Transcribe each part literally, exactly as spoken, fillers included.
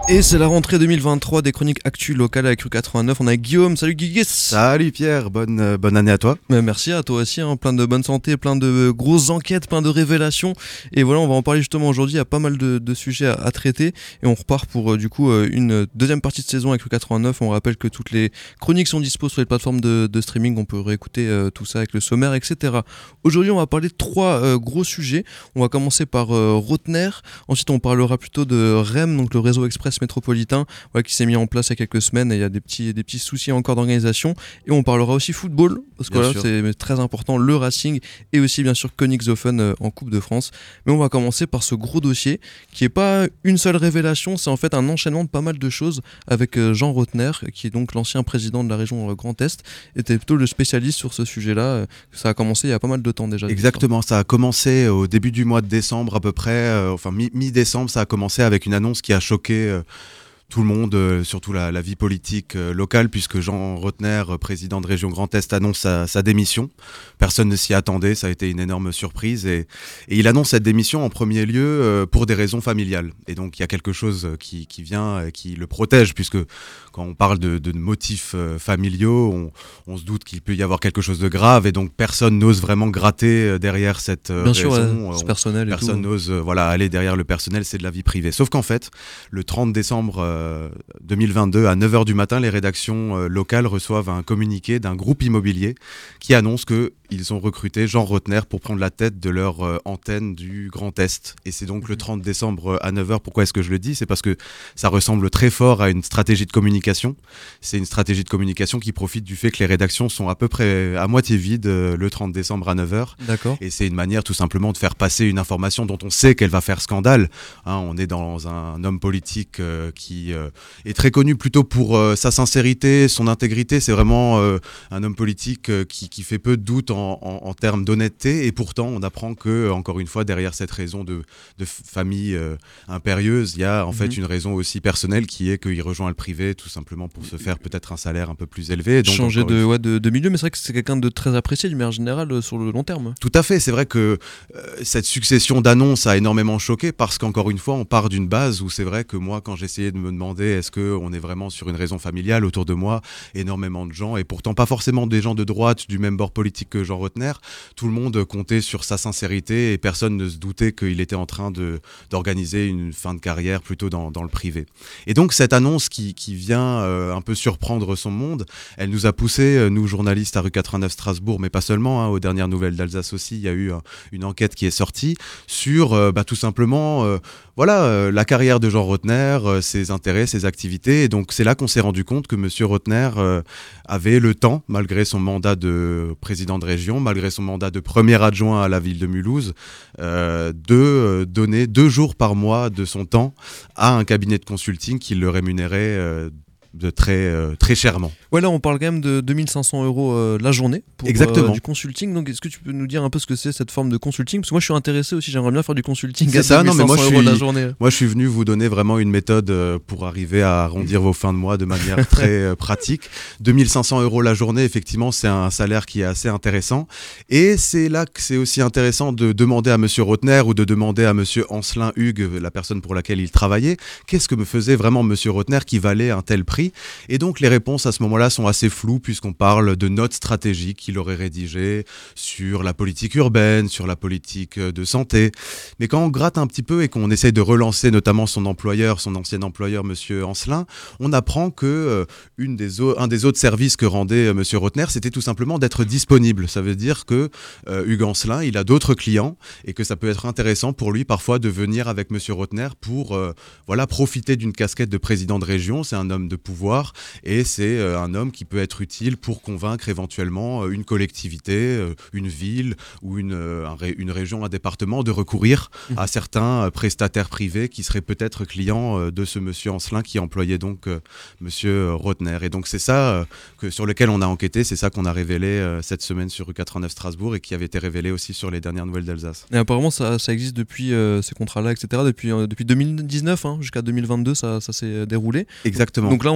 Et c'est la rentrée deux mille vingt-trois des chroniques actu locales avec Rue quatre-vingt-neuf. On a Guillaume, salut Guigues. Salut Pierre, bonne, euh, bonne année à toi. Mais merci à toi aussi, hein. Plein de bonne santé, plein de grosses enquêtes, plein de révélations. Et voilà, on va en parler justement aujourd'hui, il y a pas mal de, de sujets à, à traiter. Et on repart pour euh, du coup euh, une deuxième partie de saison avec Rue quatre-vingt-neuf. On rappelle que toutes les chroniques sont dispo sur les plateformes de, de streaming, on peut réécouter euh, tout ça avec le sommaire, et cetera. Aujourd'hui, on va parler de trois euh, gros sujets. On va commencer par euh, Rotner, ensuite on parlera plutôt de R E M, donc le réseau express métropolitain, voilà, qui s'est mis en place il y a quelques semaines et il y a des petits, des petits soucis encore d'organisation. Et on parlera aussi football, parce que voilà, c'est très important, le Racing et aussi bien sûr Königshofen euh, en Coupe de France. Mais on va commencer par ce gros dossier qui n'est pas une seule révélation, c'est en fait un enchaînement de pas mal de choses avec euh, Jean Rotner, qui est donc l'ancien président de la région euh, Grand Est, était plutôt le spécialiste sur ce sujet-là. Euh, ça a commencé il y a pas mal de temps déjà. Exactement, ça a commencé au début du mois de décembre à peu près, euh, enfin mi- mi-décembre, ça a commencé avec une annonce qui a choqué euh, tout le monde, euh, surtout la, la vie politique euh, locale, puisque Jean Rotner, euh, président de Région Grand Est, annonce sa, sa démission. Personne ne s'y attendait, ça a été une énorme surprise. Et, et il annonce cette démission en premier lieu euh, pour des raisons familiales. Et donc il y a quelque chose qui, qui vient, euh, qui le protège, puisque quand on parle de, de motifs euh, familiaux, on, on se doute qu'il peut y avoir quelque chose de grave. Et donc personne n'ose vraiment gratter euh, derrière cette euh, Bien raison. sûr, ouais, c'est on, personnel et personne tout. n'ose euh, voilà, aller derrière le personnel, c'est de la vie privée. Sauf qu'en fait, le trente décembre euh, deux mille vingt-deux, à neuf heures du matin, les rédactions euh, locales reçoivent un communiqué d'un groupe immobilier qui annonce qu'ils ont recruté Jean Rotner pour prendre la tête de leur euh, antenne du Grand Est. Et c'est donc le trente décembre euh, à neuf heures. Pourquoi est-ce que je le dis ? C'est parce que ça ressemble très fort à une stratégie de communication. C'est une stratégie de communication qui profite du fait que les rédactions sont à peu près à moitié vides euh, le trente décembre à neuf heures. D'accord. Et c'est une manière tout simplement de faire passer une information dont on sait qu'elle va faire scandale. Hein, on est dans un homme politique euh, qui euh, est très connu plutôt pour euh, sa sincérité, son intégrité. C'est vraiment euh, un homme politique euh, qui, qui fait peu de doute en, en, en termes d'honnêteté. Et pourtant, on apprend que, encore une fois, derrière cette raison de, de famille euh, impérieuse, il y a en mm-hmm. fait une raison aussi personnelle qui est qu'il rejoint le privé tout simplement pour se faire peut-être un salaire un peu plus élevé. Donc, changer de, fois... ouais, de, de milieu, mais c'est vrai que c'est quelqu'un de très apprécié d'une manière générale euh, sur le long terme. Tout à fait, c'est vrai que euh, cette succession d'annonces a énormément choqué parce qu'encore une fois, on part d'une base où c'est vrai que moi, quand j'essayais de me demander est-ce qu'on est vraiment sur une raison familiale autour de moi, énormément de gens, et pourtant pas forcément des gens de droite du même bord politique que Jean Rotner, tout le monde comptait sur sa sincérité et personne ne se doutait qu'il était en train de, d'organiser une fin de carrière plutôt dans, dans le privé. Et donc cette annonce qui, qui vient euh, un peu surprendre son monde, elle nous a poussé, nous journalistes à Rue quatre-vingt-neuf Strasbourg, mais pas seulement, hein, aux dernières nouvelles d'Alsace aussi, il y a eu euh, une enquête qui est sortie sur euh, bah, tout simplement euh, voilà, euh, la carrière de Jean Rotner, euh, ses intérêts, ses activités. Et donc c'est là qu'on s'est rendu compte que M. Rotner euh, avait le temps, malgré son mandat de président de région, malgré son mandat de premier adjoint à la ville de Mulhouse, euh, de euh, donner deux jours par mois de son temps à un cabinet de consulting qui le rémunérait euh, de très, euh, très chèrement. Ouais, là on parle quand même de deux mille cinq cents euros euh, la journée pour Exactement. Euh, du consulting. Donc est-ce que tu peux nous dire un peu ce que c'est cette forme de consulting ? Parce que moi je suis intéressé aussi, j'aimerais bien faire du consulting c'est à ça, deux mille cinq cents non, mais moi, je euros suis, la journée. Moi je suis venu vous donner vraiment une méthode euh, pour arriver à arrondir vos fins de mois de manière très euh, pratique. deux mille cinq cents euros la journée, effectivement c'est un salaire qui est assez intéressant. Et c'est là que c'est aussi intéressant de demander à M. Rotner ou de demander à M. Ancelin Hugues, la personne pour laquelle il travaillait, qu'est-ce que me faisait vraiment M. Rotner qui valait un tel prix. Et donc les réponses à ce moment-là sont assez floues puisqu'on parle de notes stratégiques qu'il aurait rédigées sur la politique urbaine, sur la politique de santé. Mais quand on gratte un petit peu et qu'on essaye de relancer notamment son employeur, son ancien employeur, M. Ancelin, on apprend que euh, une des o- un des autres services que rendait euh, M. Rotner, c'était tout simplement d'être disponible. Ça veut dire que euh, Hugues Ancelin, il a d'autres clients et que ça peut être intéressant pour lui parfois de venir avec M. Rotner pour euh, voilà, profiter d'une casquette de président de région. C'est un homme de pouvoir et c'est euh, un homme qui peut être utile pour convaincre éventuellement euh, une collectivité, euh, une ville ou une, euh, un ré- une région, un département de recourir mmh. à certains euh, prestataires privés qui seraient peut-être clients euh, de ce monsieur Ancelin qui employait donc euh, monsieur Rotner. Et donc c'est ça euh, que, sur lequel on a enquêté, c'est ça qu'on a révélé euh, cette semaine sur Rue quatre-vingt-neuf Strasbourg et qui avait été révélé aussi sur les dernières nouvelles d'Alsace. Et apparemment ça, ça existe depuis euh, ces contrats-là, et cetera, depuis, euh, depuis deux mille dix-neuf hein, jusqu'à deux mille vingt-deux, ça, ça s'est déroulé. Exactement. Donc, donc là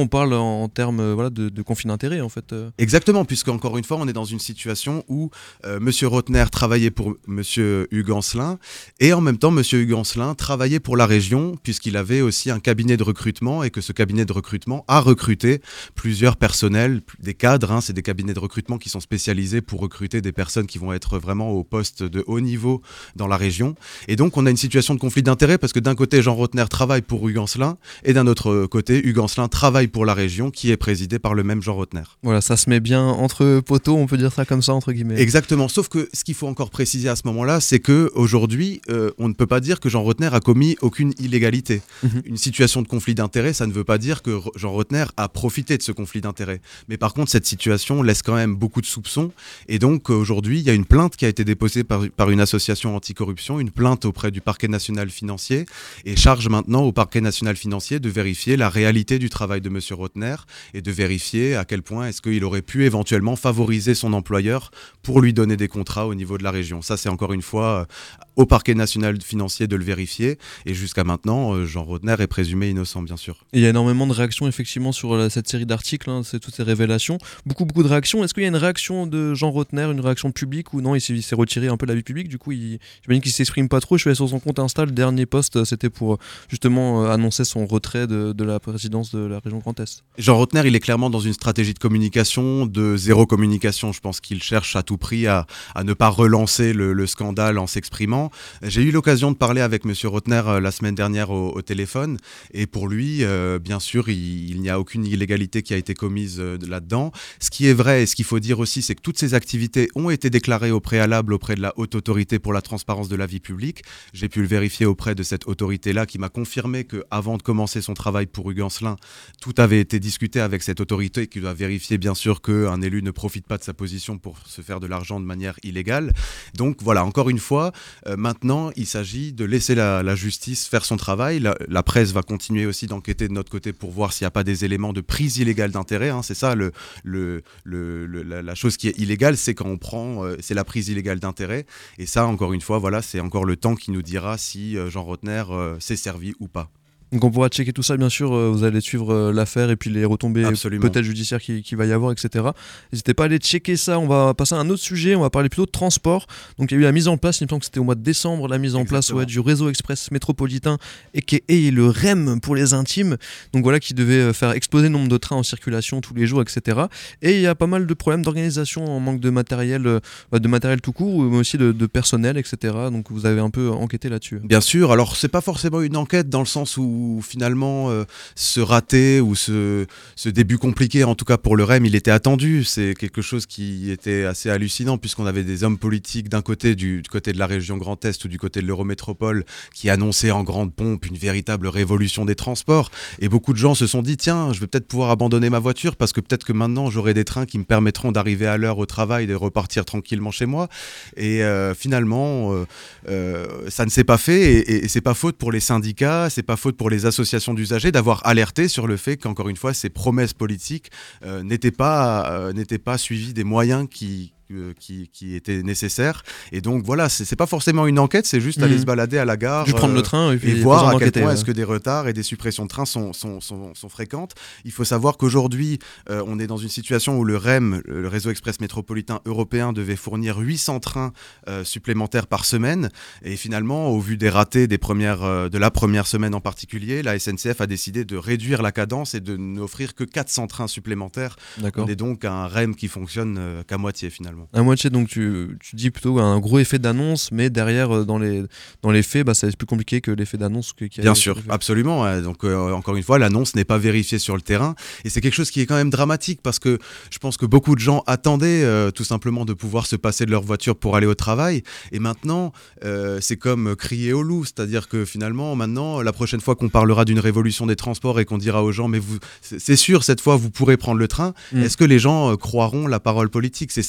on parle en, en termes euh, voilà, de, de conflit d'intérêts en fait. Euh. Exactement, puisque encore une fois, on est dans une situation où euh, Monsieur Rotner travaillait pour Monsieur Hugues Ancelin et en même temps, Monsieur Hugues Ancelin travaillait pour la région, puisqu'il avait aussi un cabinet de recrutement et que ce cabinet de recrutement a recruté plusieurs personnels, des cadres. Hein, c'est des cabinets de recrutement qui sont spécialisés pour recruter des personnes qui vont être vraiment au poste de haut niveau dans la région. Et donc, on a une situation de conflit d'intérêts parce que d'un côté, Jean Rotner travaille pour Hugues Ancelin et d'un autre côté, Hugues Ancelin travaille pour la région qui est présidée par le même Jean Rotner. Voilà, ça se met bien entre poteaux, on peut dire ça comme ça, entre guillemets. Exactement, sauf que ce qu'il faut encore préciser à ce moment-là, c'est qu'aujourd'hui, euh, on ne peut pas dire que Jean Rotner a commis aucune illégalité. Mmh. Une situation de conflit d'intérêts, ça ne veut pas dire que Jean Rotner a profité de ce conflit d'intérêts. Mais par contre, cette situation laisse quand même beaucoup de soupçons. Et donc, aujourd'hui, il y a une plainte qui a été déposée par, par une association anticorruption, une plainte auprès du parquet national financier, et charge maintenant au parquet national financier de vérifier la réalité du travail de M. Rotner et de vérifier à quel point est-ce qu'il aurait pu éventuellement favoriser son employeur pour lui donner des contrats au niveau de la région. Ça, c'est encore une fois euh, au parquet national financier de le vérifier. Et jusqu'à maintenant, euh, Jean Rotner est présumé innocent, bien sûr. Et il y a énormément de réactions, effectivement, sur euh, cette série d'articles, hein, c'est toutes ces révélations. Beaucoup, beaucoup de réactions. Est-ce qu'il y a une réaction de Jean Rotner, une réaction publique ou non? Il s'est, il s'est retiré un peu de la vie publique. Du coup, il, j'imagine qu'il ne s'exprime pas trop. Je suis allé sur son compte Insta, le dernier post, c'était pour justement euh, annoncer son retrait de, de la présidence de la région Grand Est. Jean Rotner, il est clairement dans une stratégie de communication, de zéro communication. Je pense qu'il cherche à tout prix à, à ne pas relancer le, le scandale en s'exprimant. J'ai eu l'occasion de parler avec M. Rotner euh, la semaine dernière au, au téléphone et pour lui, euh, bien sûr, il, il n'y a aucune illégalité qui a été commise euh, là-dedans. Ce qui est vrai et ce qu'il faut dire aussi, c'est que toutes ces activités ont été déclarées au préalable auprès de la Haute Autorité pour la transparence de la vie publique. J'ai pu le vérifier auprès de cette autorité-là qui m'a confirmé qu'avant de commencer son travail pour Hugues Ancelin, tout avait été discuté avec cette autorité qui doit vérifier bien sûr qu'un élu ne profite pas de sa position pour se faire de l'argent de manière illégale. Donc voilà, encore une fois, euh, maintenant il s'agit de laisser la, la justice faire son travail. La, la presse va continuer aussi d'enquêter de notre côté pour voir s'il n'y a pas des éléments de prise illégale d'intérêt. Hein. C'est ça le, le, le, le, la, la chose qui est illégale, c'est quand on prend, euh, c'est la prise illégale d'intérêt. Et ça, encore une fois, voilà, c'est encore le temps qui nous dira si euh, Jean Rotner euh, s'est servi ou pas. Donc on pourra checker tout ça, bien sûr, euh, vous allez suivre euh, l'affaire et puis les retombées Absolument. Peut-être judiciaires qu'il qui va y avoir, et cetera. N'hésitez pas à aller checker ça, on va passer à un autre sujet, on va parler plutôt de transport. Donc il y a eu la mise en place, il me semble que c'était au mois de décembre, la mise en Exactement. place ouais, du réseau express métropolitain et qui est le R E M pour les intimes, donc voilà, qui devait faire exploser le nombre de trains en circulation tous les jours, et cetera. Et il y a pas mal de problèmes d'organisation, en manque de matériel, euh, de matériel tout court, mais aussi de, de personnel, et cetera. Donc vous avez un peu enquêté là-dessus. Bien sûr, alors c'est pas forcément une enquête dans le sens où où finalement euh, ce raté ou ce, ce début compliqué, en tout cas pour le R E M, il était attendu. C'est quelque chose qui était assez hallucinant puisqu'on avait des hommes politiques d'un côté, du, du côté de la région Grand Est ou du côté de l'Eurométropole qui annonçaient en grande pompe une véritable révolution des transports. Et beaucoup de gens se sont dit, tiens, je vais peut-être pouvoir abandonner ma voiture parce que peut-être que maintenant j'aurai des trains qui me permettront d'arriver à l'heure au travail et de repartir tranquillement chez moi. Et euh, finalement, euh, euh, ça ne s'est pas fait et, et, et c'est pas faute pour les syndicats, c'est pas faute pour les associations d'usagers d'avoir alerté sur le fait qu'encore une fois ces promesses politiques euh, n'étaient pas, euh, n'étaient pas suivies des moyens qui Qui, qui était nécessaire. Et donc voilà, c'est, c'est pas forcément une enquête, c'est juste mmh. aller se balader à la gare, juste prendre euh, le train et, puis et voir à quel point ouais. est-ce que des retards et des suppressions de trains sont, sont, sont, sont fréquentes. Il faut savoir qu'aujourd'hui, euh, on est dans une situation où le R E M, le réseau express métropolitain européen, devait fournir huit cents trains euh, supplémentaires par semaine. Et finalement, au vu des ratés des premières, euh, de la première semaine en particulier, la S N C F a décidé de réduire la cadence et de n'offrir que quatre cents trains supplémentaires. D'accord. On est donc un R E M qui fonctionne euh, qu'à moitié finalement. À moitié, donc tu, tu dis plutôt un gros effet d'annonce, mais derrière, dans les, dans les faits, bah, c'est plus compliqué que l'effet d'annonce. Que, Bien sûr, absolument. Ouais. Donc, euh, encore une fois, l'annonce n'est pas vérifiée sur le terrain. Et c'est quelque chose qui est quand même dramatique parce que je pense que beaucoup de gens attendaient euh, tout simplement de pouvoir se passer de leur voiture pour aller au travail. Et maintenant, euh, c'est comme crier au loup. C'est-à-dire que finalement, maintenant, la prochaine fois qu'on parlera d'une révolution des transports et qu'on dira aux gens, mais vous, c'est sûr, cette fois, vous pourrez prendre le train, mmh. est-ce que les gens euh, croiront la parole politique ? C'est ça qui est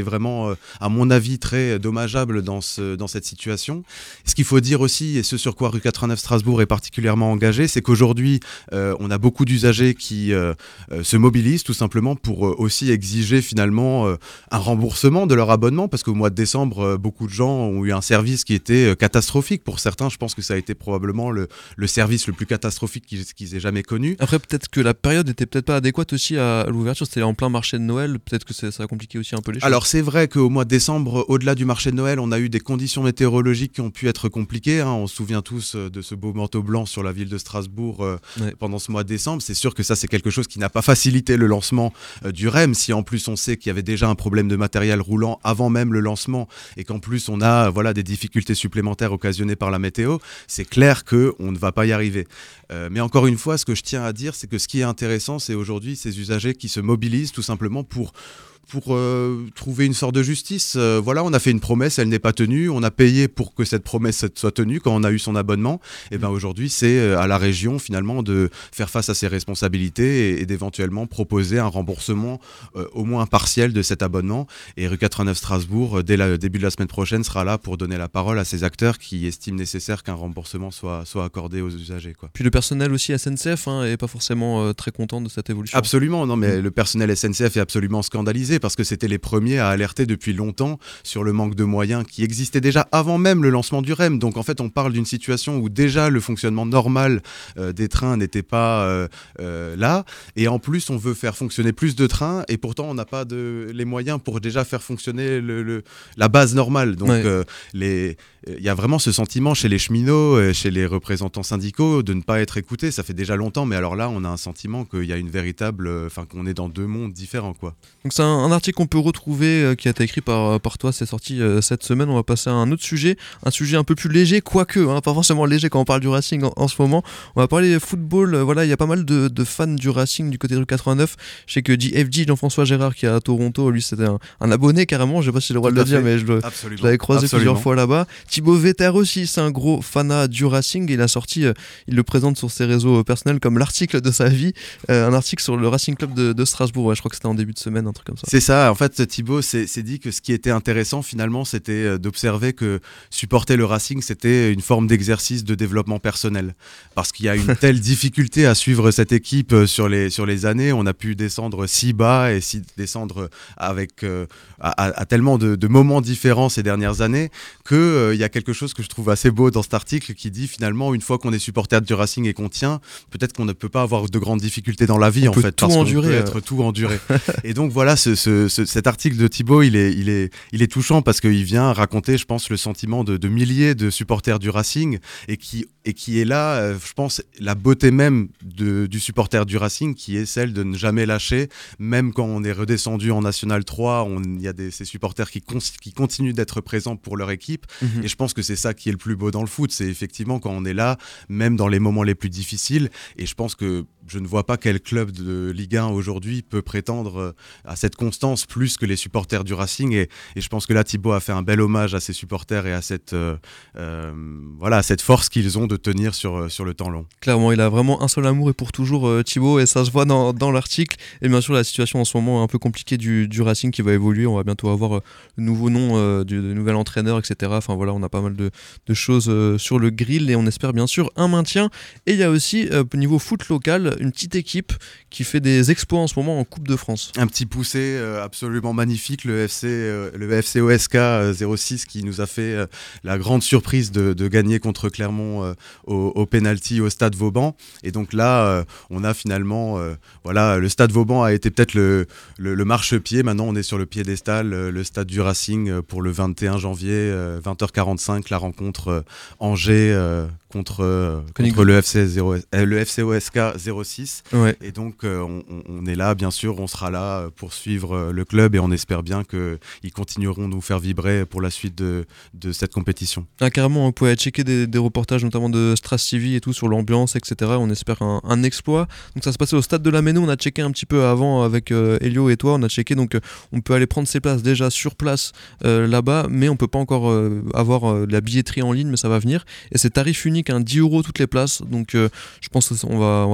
vraiment, euh, à mon avis, très dommageable dans, ce, dans cette situation. Ce qu'il faut dire aussi, et ce sur quoi Rue quatre-vingt-neuf Strasbourg est particulièrement engagé, c'est qu'aujourd'hui, euh, on a beaucoup d'usagers qui euh, euh, se mobilisent tout simplement pour euh, aussi exiger finalement euh, un remboursement de leur abonnement, parce qu'au mois de décembre, euh, beaucoup de gens ont eu un service qui était euh, catastrophique. Pour certains, je pense que ça a été probablement le, le service le plus catastrophique qu'ils, qu'ils aient jamais connu. Après, peut-être que la période était peut-être pas adéquate aussi à l'ouverture, c'était en plein marché de Noël, peut-être que ça a compliqué aussi un peu les choses. Alors c'est vrai qu'au mois de décembre, au-delà du marché de Noël, on a eu des conditions météorologiques qui ont pu être compliquées, hein. On se souvient tous de ce beau manteau blanc sur la ville de Strasbourg euh, ouais. pendant ce mois de décembre. C'est sûr que ça, c'est quelque chose qui n'a pas facilité le lancement euh, du R E M. Si en plus on sait qu'il y avait déjà un problème de matériel roulant avant même le lancement et qu'en plus on a voilà, des difficultés supplémentaires occasionnées par la météo, c'est clair qu'on ne va pas y arriver. Euh, mais encore une fois, ce que je tiens à dire, c'est que ce qui est intéressant, c'est aujourd'hui ces usagers qui se mobilisent tout simplement pour... pour euh, trouver une sorte de justice. Euh, voilà, on a fait une promesse, elle n'est pas tenue, on a payé pour que cette promesse soit tenue quand on a eu son abonnement. Et bien aujourd'hui, c'est euh, à la région finalement de faire face à ses responsabilités et, et d'éventuellement proposer un remboursement euh, au moins partiel de cet abonnement. Et Rue quatre-vingt-neuf Strasbourg, dès le début de la semaine prochaine, sera là pour donner la parole à ces acteurs qui estiment nécessaire qu'un remboursement soit, soit accordé aux usagers, quoi. Puis le personnel aussi S N C F hein, est pas forcément euh, très content de cette évolution. Absolument, non mais mmh. le personnel S N C F est absolument scandalisé parce que c'était les premiers à alerter depuis longtemps sur le manque de moyens qui existait déjà avant même le lancement du R E M. Donc en fait, on parle d'une situation où déjà le fonctionnement normal euh, des trains n'était pas euh, euh, là. Et en plus, on veut faire fonctionner plus de trains et pourtant, on n'a pas de, les moyens pour déjà faire fonctionner le, le, la base normale. Donc il ouais. euh, y a vraiment ce sentiment chez les cheminots, chez les représentants syndicaux de ne pas être écoutés. Ça fait déjà longtemps, mais alors là, on a un sentiment qu'il y a une véritable... Enfin, qu'on est dans deux mondes différents, quoi. Donc c'est un, un article qu'on peut retrouver euh, qui a été écrit par, par toi, c'est sorti euh, cette semaine. On va passer à un autre sujet, un sujet un peu plus léger, quoique, hein, pas forcément léger quand on parle du Racing en, en ce moment. On va parler football, euh, voilà, il y a pas mal de, de fans du Racing du côté de Rue quatre-vingt-neuf. Je sais que J F G, Jean-François Gérard, qui est à Toronto, lui c'était un, un abonné carrément, je sais pas si j'ai le droit de le dire, mais je, le, je l'avais croisé Absolument. plusieurs fois là-bas. Thibaut Vetter aussi, c'est un gros fanat du Racing, il a sorti, euh, il le présente sur ses réseaux personnels comme l'article de sa vie, euh, un article sur le Racing Club de, de Strasbourg, ouais, je crois que c'était en début de semaine, un truc comme ça. C'est ça, en fait Thibaut s'est, s'est dit que ce qui était intéressant finalement c'était d'observer que supporter le Racing c'était une forme d'exercice de développement personnel parce qu'il y a une telle difficulté à suivre cette équipe sur les, sur les années, on a pu descendre si bas et si descendre avec, euh, à, à tellement de, de moments différents ces dernières années qu'il euh, y a quelque chose que je trouve assez beau dans cet article qui dit finalement une fois qu'on est supporter du Racing et qu'on tient, peut-être qu'on ne peut pas avoir de grandes difficultés dans la vie on en peut fait tout parce endurer, qu'on peut euh... être tout enduré. Et donc voilà ce, ce, ce, cet article de Thibaut il est, il est, il est touchant parce qu'il vient raconter je pense le sentiment de, de milliers de supporters du Racing et qui, et qui est là euh, je pense la beauté même de, du supporter du Racing qui est celle de ne jamais lâcher même quand on est redescendu en National trois, il y a des, ces supporters qui, con, qui continuent d'être présents pour leur équipe mmh. et je pense que c'est ça qui est le plus beau dans le foot, c'est effectivement quand on est là même dans les moments les plus difficiles et je pense que je ne vois pas quel club de Ligue un aujourd'hui peut prétendre à cette constance plus que les supporters du Racing et, et je pense que là Thibaut a fait un bel hommage à ses supporters et à cette, euh, euh, voilà, cette force qu'ils ont de tenir sur, sur le temps long. Clairement, il a vraiment un seul amour et pour toujours euh, Thibaut et ça se voit dans, dans l'article et bien sûr la situation en ce moment est un peu compliquée du, du Racing qui va évoluer, on va bientôt avoir euh, le nouveau nom euh, du de nouvel entraîneur et cetera. Enfin voilà, on a pas mal de, de choses euh, sur le grill et on espère bien sûr un maintien et il y a aussi euh, au niveau foot local une petite équipe qui fait des exploits en ce moment en Coupe de France. Un petit poussé euh, absolument magnifique, le F C, euh, le F C O S K euh, zéro six qui nous a fait euh, la grande surprise de, de gagner contre Clermont euh, au, au penalty au Stade Vauban. Et donc là, euh, on a finalement, euh, voilà, le Stade Vauban a été peut-être le, le, le marchepied. Maintenant, on est sur le piédestal, euh, le Stade du Racing euh, pour le vingt et un janvier, euh, vingt heures quarante-cinq, la rencontre euh, Angers euh, contre, euh, contre le, F C zéro, euh, le F C O S K zéro six. Ouais. Et donc, euh, on, on est là, bien sûr, on sera là pour suivre le club et on espère bien qu'ils continueront de nous faire vibrer pour la suite de, de cette compétition. Ah, carrément, on peut checker des, des reportages notamment de Stras T V et tout sur l'ambiance, et cetera. On espère un, un exploit. Donc ça se passait au stade de la Méno, on a checké un petit peu avant avec euh, Elio et toi, on a checké, donc euh, on peut aller prendre ses places déjà sur place euh, là-bas, mais on peut pas encore euh, avoir euh, la billetterie en ligne, mais ça va venir. Et c'est tarif unique, hein, dix euros toutes les places, donc euh, je pense qu'on va, on va partir sur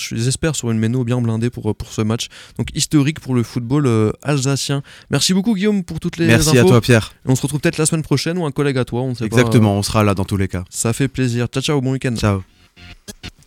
j'espère, sur une méno bien blindée pour, pour ce match. Donc historique pour le football euh, alsacien. Merci beaucoup Guillaume pour toutes les Merci infos. Merci à toi Pierre. Et on se retrouve peut-être la semaine prochaine ou un collègue à toi, on ne sait Exactement, pas. on sera là dans tous les cas. Ça fait plaisir. Ciao ciao, bon week-end. Ciao.